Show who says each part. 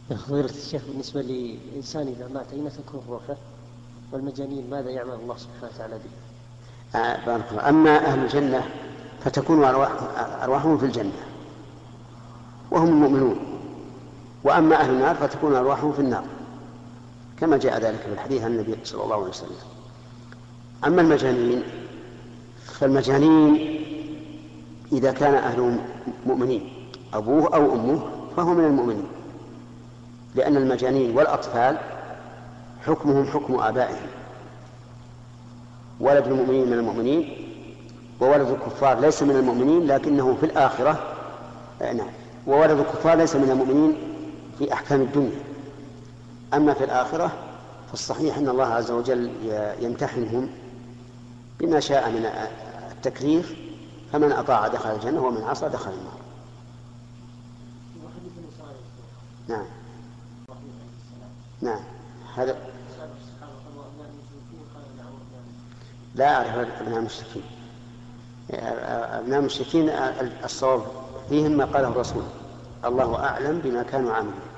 Speaker 1: فضيلة الشيخ، بالنسبة لإنسان إذا مات أين تكون روحه؟ والمجانين ماذا يعمل الله سبحانه وتعالى به؟
Speaker 2: بارك الله. أما أهل الجنة فتكون أرواحهم في الجنة وهم المؤمنون، وأما أهل النار فتكون أرواحهم في النار كما جاء ذلك في الحديث عن النبي صلى الله عليه وسلم. أما المجانين فالمجانين إذا كان أهلهم مؤمنين أبوه أو أمه فهو من المؤمنين، لأن المجانين والأطفال حكمهم حكم آبائهم. ولد المؤمنين من المؤمنين، وولد الكفار ليس من المؤمنين لكنه في الآخرة نعم، وولد الكفار ليس من المؤمنين في أحكام الدنيا. أما في الآخرة فالصحيح أن الله عز وجل يمتحنهم بما شاء من التكليف، فمن أطاع دخل الجنة ومن عصى دخل النار. نعم نعم. هذا لا أعرف أبناء المشركين. أبناء المشركين الصواب فيهم ما قاله الرسول، الله أعلم بما كانوا عاملين.